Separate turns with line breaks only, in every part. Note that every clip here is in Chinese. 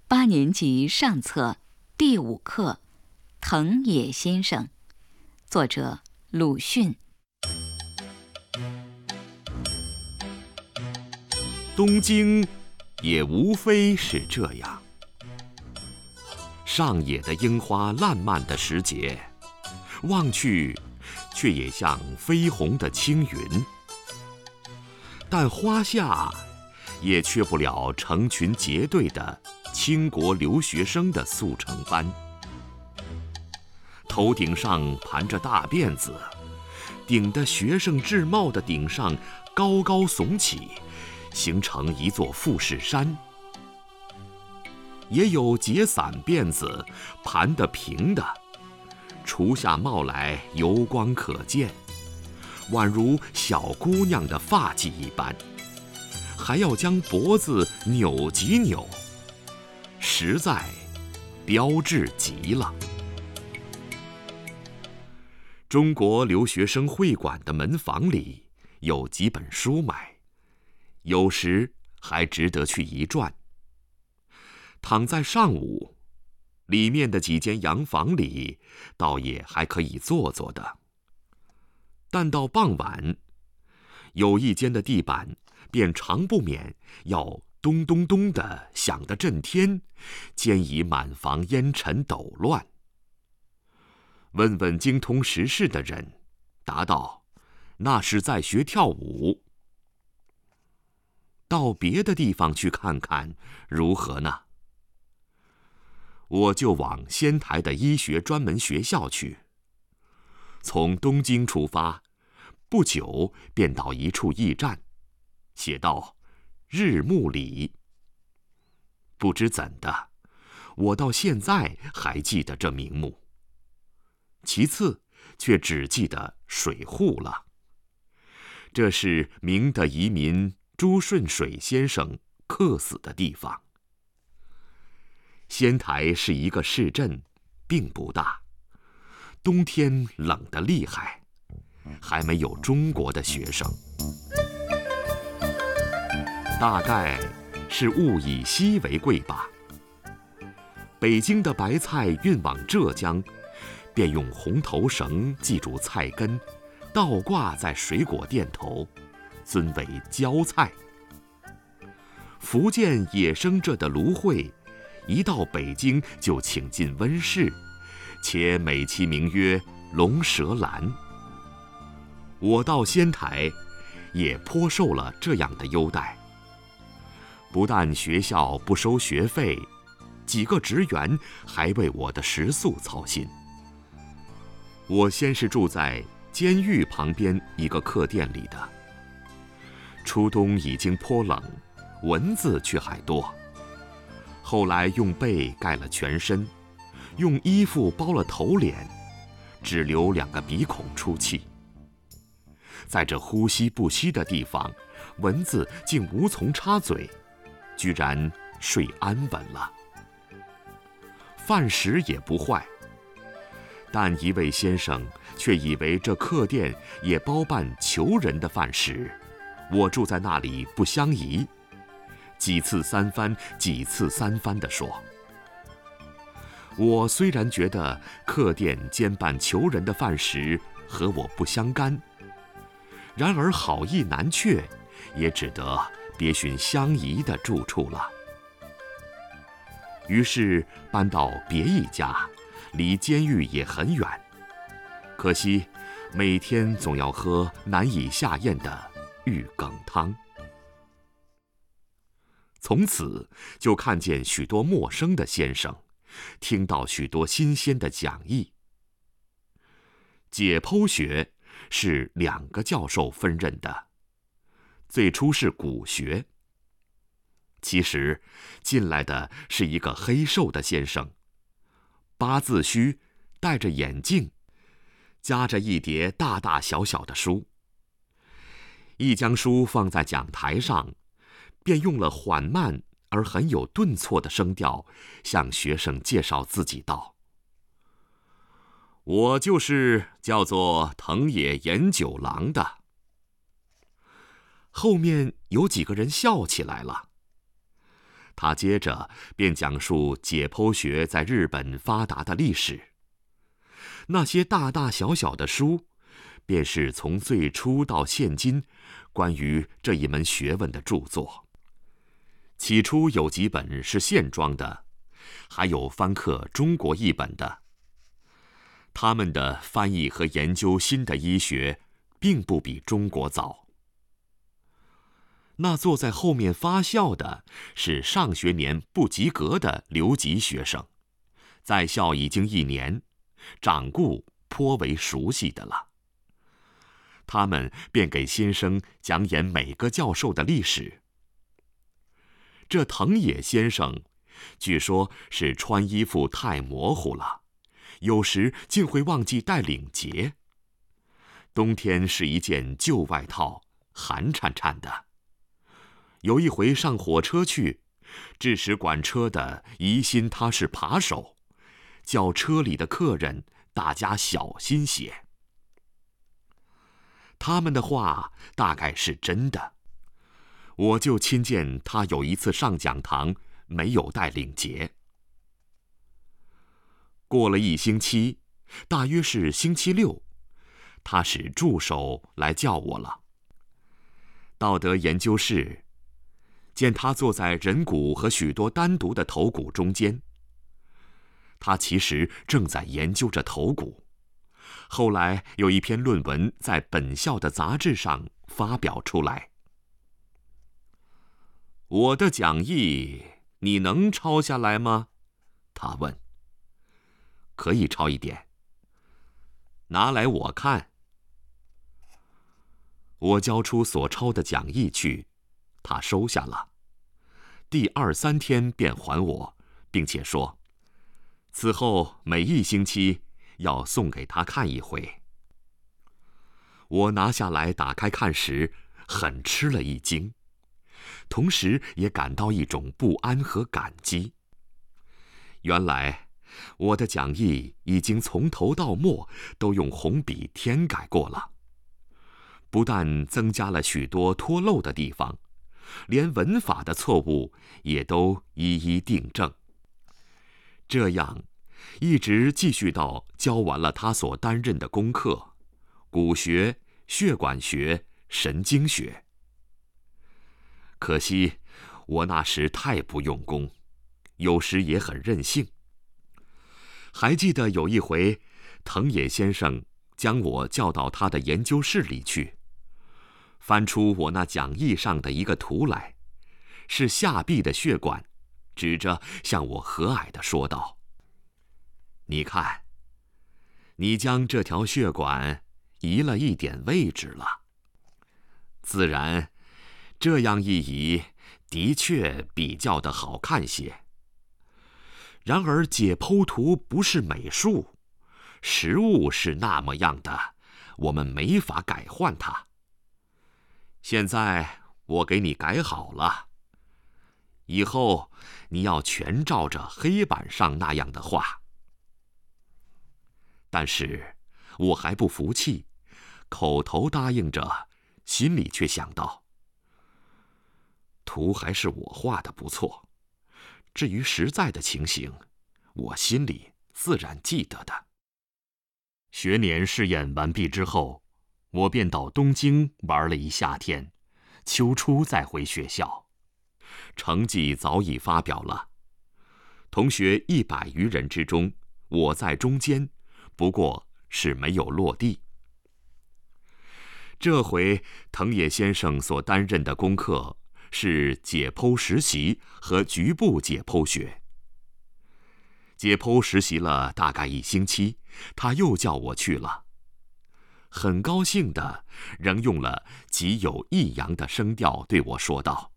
8年级上册第5课《藤野先生》，作者鲁迅。
东京也无非是这样，上野的樱花烂漫的时节，望去却也像绯红的青云。但花下也缺不了成群结队的倾国留学生的速成班，头顶上盘着大辫子，顶的学生制帽的顶上高高耸起，形成一座富士山。也有结散辫子盘得平的，除下帽来油光可见，宛如小姑娘的发髻一般，还要将脖子扭几扭，实在标致极了。中国留学生会馆的门房里有几本书买，有时还值得去一转。躺在上午，里面的几间洋房里倒也还可以坐坐的，但到傍晚，有一间的地板便常不免要咚咚咚地响得震天，兼以满房烟尘抖乱。问问精通时事的人，答道：那是在学跳舞。到别的地方去看看如何呢？我就往仙台的医学专门学校去。从东京出发，不久便到一处驿站，写道日暮里。不知怎的，我到现在还记得这名目。其次却只记得水户了。这是明的移民朱顺水先生客死的地方。仙台是一个市镇，并不大，冬天冷得厉害，还没有中国的学生。大概是物以稀为贵吧。北京的白菜运往浙江，便用红头绳系住菜根，倒挂在水果店头，尊为椒菜。福建野生这的芦荟，一到北京就请进温室，且美其名曰龙舌兰。我到仙台也颇受了这样的优待，不但学校不收学费，几个职员还为我的食宿操心。我先是住在监狱旁边一个客店里的，初冬已经颇冷，蚊子却还多。后来用被盖了全身，用衣服包了头脸，只留2个鼻孔出气。在这呼吸不息的地方，蚊子竟无从插嘴，居然睡安稳了。饭食也不坏，但一位先生却以为这客店也包办囚人的饭食，我住在那里不相宜，几次三番地说。我虽然觉得客店兼办囚人的饭食和我不相干，然而好意难却，也只得别寻相宜的住处了。于是搬到别一家，离监狱也很远，可惜每天总要喝难以下咽的玉羹汤。从此就看见许多陌生的先生，听到许多新鲜的讲义。解剖学是2个教授分任的，最初是骨学。其实进来的是一个黑瘦的先生，八字须，戴着眼镜，夹着一叠大大小小的书。一将书放在讲台上，便用了缓慢而很有顿挫的声调向学生介绍自己道：我就是叫做藤野研九郎的。后面有几个人笑起来了。 他接着便讲述解剖学在日本发达的历史。那些大大小小的书，便是从最初到现今关于这一门学问的著作。起初有几本是线装的，还有翻刻中国译本的。他们的翻译和研究新的医学，并不比中国早。那坐在后面发笑的是上学年不及格的留级学生，在校已经1年，掌故颇为熟悉的了。他们便给先生讲演每个教授的历史。这藤野先生，据说是穿衣服太模糊了，有时竟会忘记带领结。冬天是一件旧外套，寒颤颤的。有一回上火车去，致使管车的疑心他是扒手，叫车里的客人大家小心些。他们的话大概是真的。我就亲见他有一次上讲堂，没有带领结。过了1星期，大约是星期6，他使助手来叫我了。到得研究室，见他坐在人骨和许多单独的头骨中间。他其实正在研究着头骨。后来有一篇论文在本校的杂志上发表出来。我的讲义你能抄下来吗？他问。可以抄一点。拿来我看。我交出所抄的讲义去，他收下了。第2、3天便还我，并且说，此后每1星期要送给他看一回。我拿下来打开看时，很吃了一惊，同时也感到一种不安和感激。原来我的讲义已经从头到末都用红笔添改过了，不但增加了许多脱漏的地方，连文法的错误也都一一订正。这样一直继续到教完了他所担任的功课：骨学、血管学、神经学。可惜我那时太不用功，有时也很任性。还记得有一回，藤野先生将我叫到他的研究室里去，翻出我那讲义上的一个图来，是下臂的血管，指着向我和蔼地说道：“你看，你将这条血管移了一点位置了。自然，这样一移，的确比较的好看些。然而解剖图不是美术，实物是那么样的，我们没法改换它。现在我给你改好了，以后你要全照着黑板上那样的画。”但是我还不服气，口头答应着，心里却想到，图还是我画的不错，至于实在的情形，我心里自然记得的。学年试验完毕之后，我便到东京玩了一夏天，秋初再回学校。成绩早已发表了，同学100余人之中，我在中间，不过是没有落地。这回藤野先生所担任的功课是解剖实习和局部解剖学。解剖实习了大概1星期，他又叫我去了。很高兴的，仍用了极有抑扬的声调对我说道：“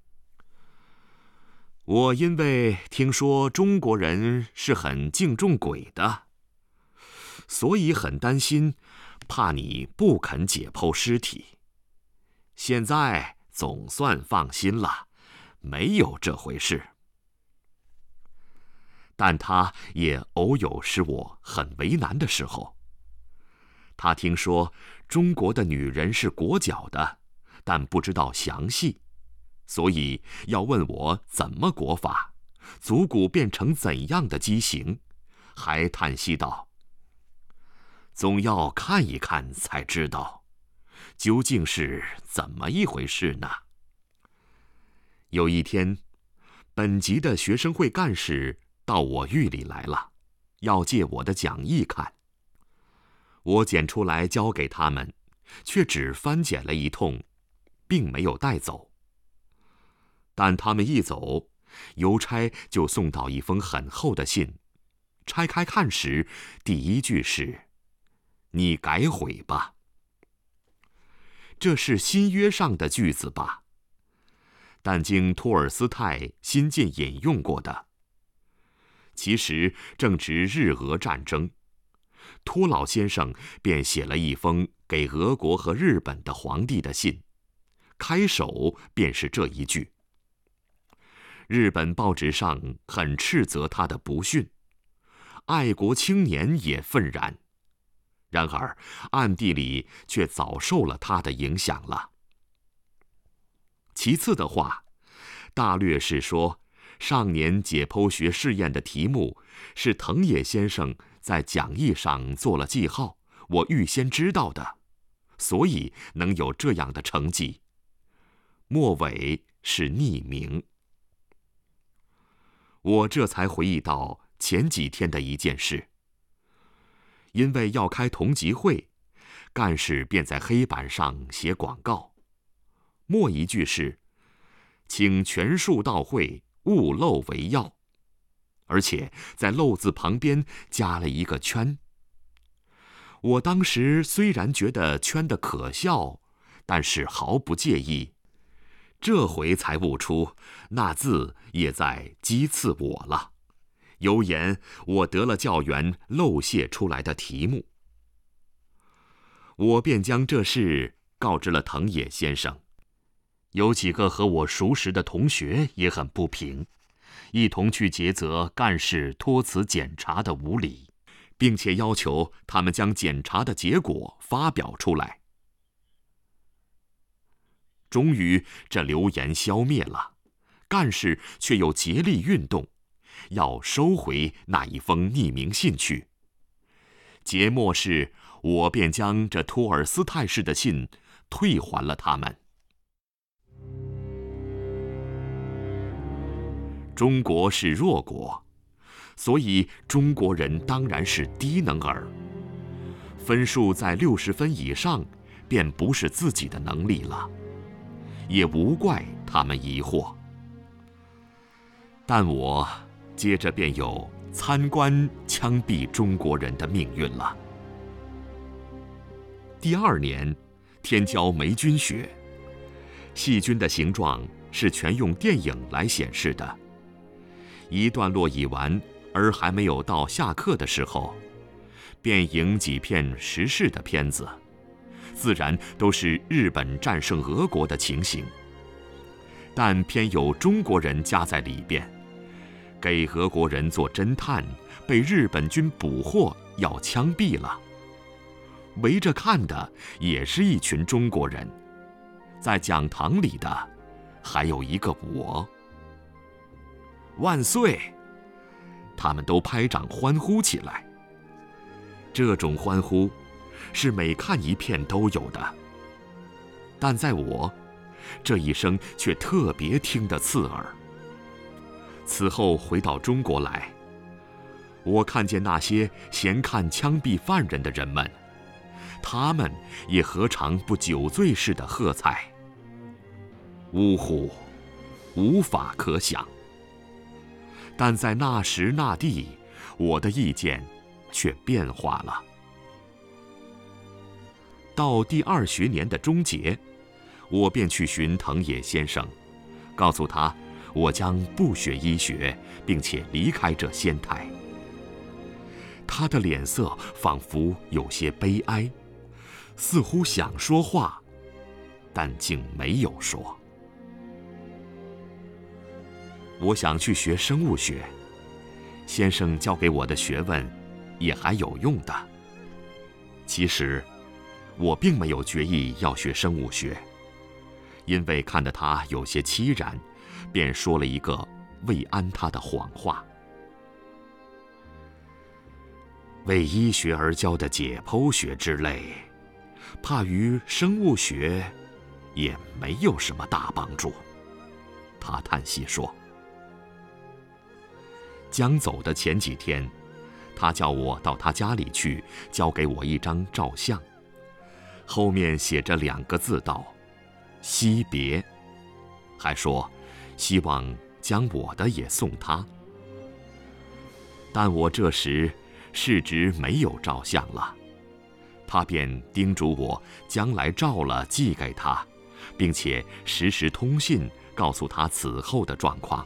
我因为听说中国人是很敬重鬼的，所以很担心，怕你不肯解剖尸体。现在总算放心了，没有这回事。”但他也偶有使我很为难的时候。他听说中国的女人是裹脚的，但不知道详细， 所以要问我怎么裹法，足骨变成怎样的畸形，还叹息道：“总要看一看才知道，究竟是怎么一回事呢？”有一天，本级的学生会干事到我狱里来了，要借我的讲义看。我捡出来交给他们，却只翻检了一通，并没有带走。但他们一走，邮差就送到一封很厚的信，拆开看时，第一句是：“你改悔吧。”这是新约上的句子吧？但经托尔斯泰新近引用过的。其实正值日俄战争，托老先生便写了一封给俄国和日本的皇帝的信，开首便是这一句。日本报纸上很斥责他的不逊，爱国青年也愤然，然而暗地里却早受了他的影响了。其次的话，大略是说，上年解剖学试验的题目是藤野先生在讲义上做了记号，我预先知道的，所以能有这样的成绩。末尾是匿名。我这才回忆到前几天的一件事。因为要开同集会，干事便在黑板上写广告，末一句是：“请全数到会，勿漏为要。”而且在漏字旁边加了一个圈。我当时虽然觉得圈的可笑，但是毫不介意。这回才悟出，那字也在讥刺我了，有言我得了教员漏泄出来的题目。我便将这事告知了藤野先生。有几个和我熟识的同学也很不平，一同去诘责干事托辞检查的无理，并且要求他们将检查的结果发表出来。终于这流言消灭了，干事却又竭力运动，要收回那一封匿名信去。节末是我便将这托尔斯泰式的信退还了他们。中国是弱国，所以中国人当然是低能儿。分数在60分以上，便不是自己的能力了，也无怪他们疑惑。但我接着便有参观枪毙中国人的命运了。第2年，天教霉菌学，细菌的形状是全用电影来显示的。一段落已完，而还没有到下课的时候，便影几片时事的片子，自然都是日本战胜俄国的情形，但偏有中国人加在里边，给俄国人做侦探，被日本军捕获要枪毙了。围着看的也是一群中国人，在讲堂里的还有一个我。万岁！他们都拍掌欢呼起来。这种欢呼是每看一片都有的，但在我这一声却特别听得刺耳。此后回到中国来，我看见那些闲看枪毙犯人的人们，他们也何尝不酒醉似的喝彩？呜呼，无法可想。但在那时那地，我的意见却变化了。到第2学年的终结，我便去寻藤野先生，告诉他我将不学医学，并且离开这仙台。他的脸色仿佛有些悲哀，似乎想说话，但竟没有说。我想去学生物学，先生教给我的学问也还有用的。其实我并没有决意要学生物学， 因为看得他有些凄然，便说了一个慰安他的谎话。为医学而教的解剖学之类，怕于生物学也没有什么大帮助。他叹息说。将走的前几天，他叫我到他家里去，交给我一张照相，后面写着2个字道：惜别，还说希望将我的也送他。但我这时是指没有照相了，他便叮嘱我将来照了寄给他，并且时时通信，告诉他此后的状况。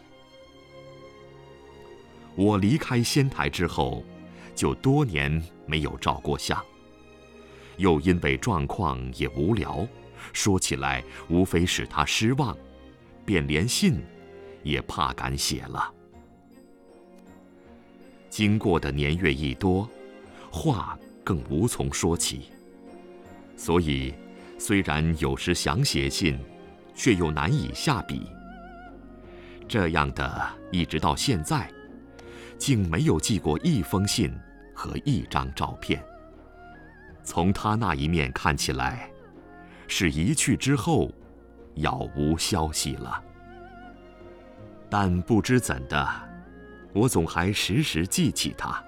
我离开仙台之后，就多年没有照过相，又因为状况也无聊，说起来无非使他失望，便连信也怕敢写了。经过的年月一多，话更无从说起，所以虽然有时想写信，却又难以下笔。这样的一直到现在，竟没有寄过1封信和1张照片。从他那一面看起来，是一去之后杳无消息了。但不知怎的，我总还时时记起他。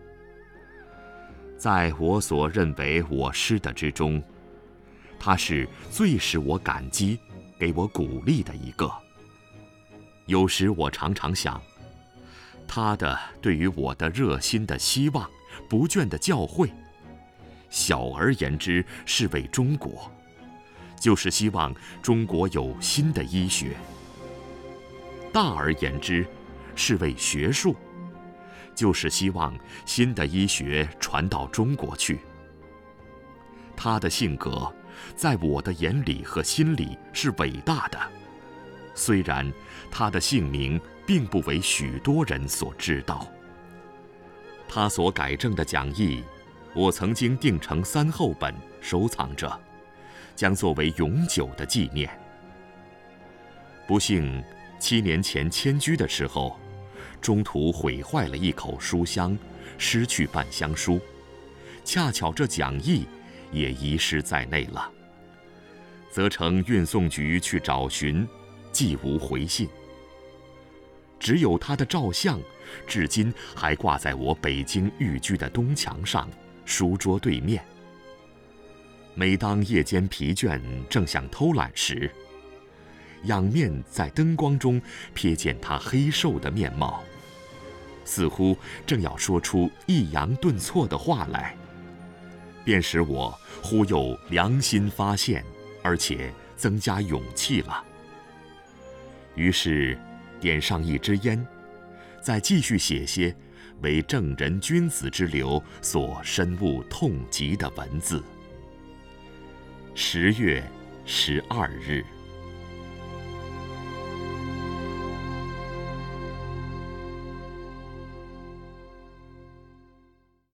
在我所认为我师的之中，他是最使我感激、给我鼓励的一个。有时我常常想，他的对于我的热心的希望、不倦的教诲，小而言之是为中国，就是希望中国有新的医学；大而言之是为学术，就是希望新的医学传到中国去。他的性格在我的眼里和心里是伟大的，虽然他的姓名并不为许多人所知道。他所改正的讲义，我曾经订成3厚本收藏着，将作为永久的纪念。不幸7年前迁居的时候，中途毁坏了一口书箱，失去半箱书，恰巧这讲义也遗失在内了。责成运送局去找寻，既无回信。只有他的照相，至今还挂在我北京寓居的东墙上，书桌对面。每当夜间疲倦，正想偷懒时，仰面在灯光中瞥见他黑瘦的面貌，似乎正要说出抑扬顿挫的话来，便使我忽又良心发现，而且增加勇气了。于是点上一支烟，再继续写些为正人君子之流所深恶痛疾的文字。10月12日。